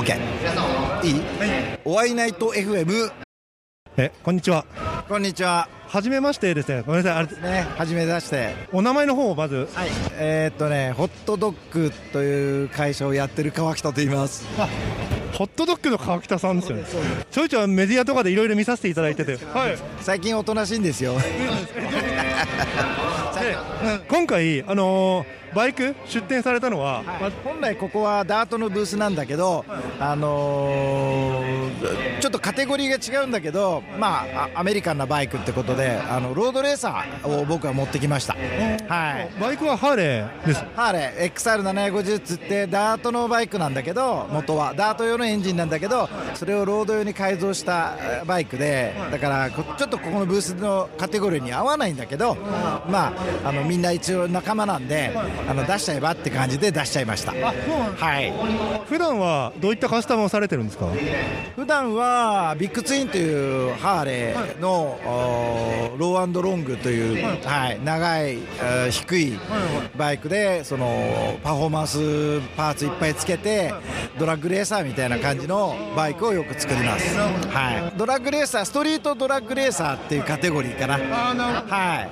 OK いい、お会いナイト FM。 こんにちは。 こんにちは。 はじめましてですね。ごめんなさい、あれね、はじめまして。 お名前の方をまず。 はい、ホットドッグという会社をやってる川北と言います。 ホットドッグの川北さんですよね。ちょいちょいメディアとかでいろいろ見させていただいてて、はい、 最近おとなしいんですよ。 今回、バイク出展されたのは、 本来ここはダートのブースなんだけど、ちょっとカテゴリーが違うんだけど、アメリカンなバイクってことでロードレーサーを僕は持ってきました。はい、 バイクはハーレーです。 ハーレー XR750 つってダートのバイクなんだけど、元はダート用のエンジンなんだけど、それをロード用に改造したバイクで、だからちょっとここのブースのカテゴリーに合わないんだけど、みんな一応仲間なんで出しちゃえばって感じで出しちゃいました。はい。 普段はどういったカスタムをされてるんですか？ 普段はビッグツインというハーレーの、ロー&ロングという、長い、低いバイクでそのパフォーマンスパーツいっぱいつけてドラッグレーサーみたいな感じのバイクをよく作ります。はい、ドラッグレーサー、ストリートドラッグレーサーっていうカテゴリーかな。はい、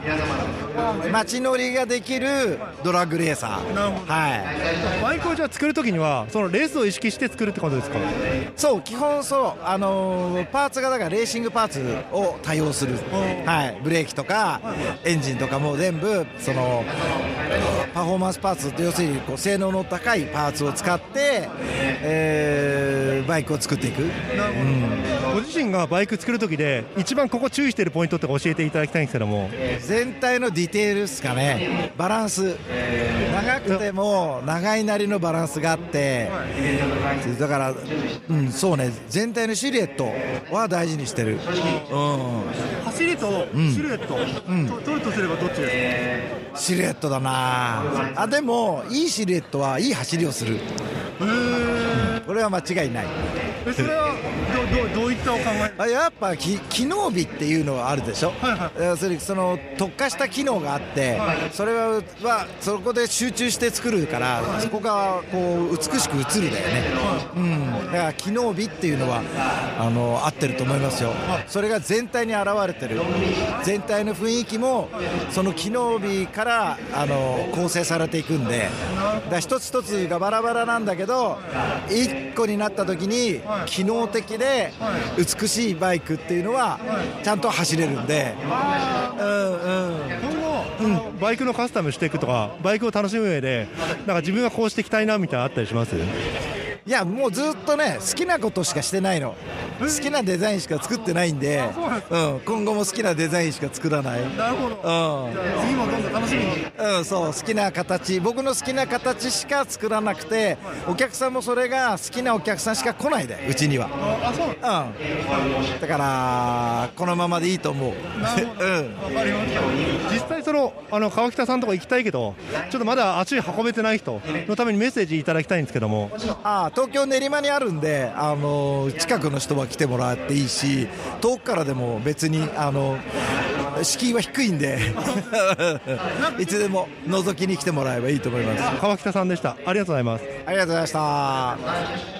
街乗りができるドラッグレーサー。はい、 バイクをじゃあ作るときにはそのレースを意識して作るってことですか？ そう、基本そう、パーツがだからレーシングパーツを多用する。はい、ブレーキとかエンジンとかも全部そのパフォーマンスパーツって、要するにこう性能の高いパーツを使って、バイクを作っていく。 ご自身がバイク作るときで一番ここ注意しているポイントって教えていただきたいんですけども。 全体のディテールですかね。バランス、長くても長いなりのバランスがあって、だから、そうね、全体のシルエットは大事にしてる。 走りとシルエット、取るとすればどっちですか？ シルエットだな。でもいいシルエットはいい走りをする。これは間違いない。 それはどういったお考え？ やっぱ機能美っていうのはあるでしょ。その特化した機能があって、それはそこで集中して作るから、そこがこう美しく映るだよね。だから機能美っていうのは合ってると思いますよ。それが全体に現れてる。全体の雰囲気もその機能美から構成されていくんで、だから一つ一つがバラバラなんだけど、一個になった時に機能的で美しいバイクっていうのはちゃんと走れるんで、 今後、バイクのカスタムしていくとか、バイクを楽しむ上でなんか自分がこうしていきたいなみたいなのあったりします？ いや、もうずっとね、好きなことしかしてないの。好きなデザインしか作ってないんで、今後も好きなデザインしか作らない。 なるほど。じゃあ次もどんどん楽しみに。 そう、好きな形、僕の好きな形しか作らなくて、お客さんもそれが好きなお客さんしか来ないで、うちには。だからこのままでいいと思う。 なるほど。わかりました。実際その川北さんとか行きたいけど、ちょっとまだ足運べてない人のためにメッセージいただきたいんですけども。 東京練馬にあるんで、近くの人は来てもらっていいし、遠くからでも別に敷居は低いんでいつでも覗きに来てもらえばいいと思います。 川北さんでした。ありがとうございます。 ありがとうございました。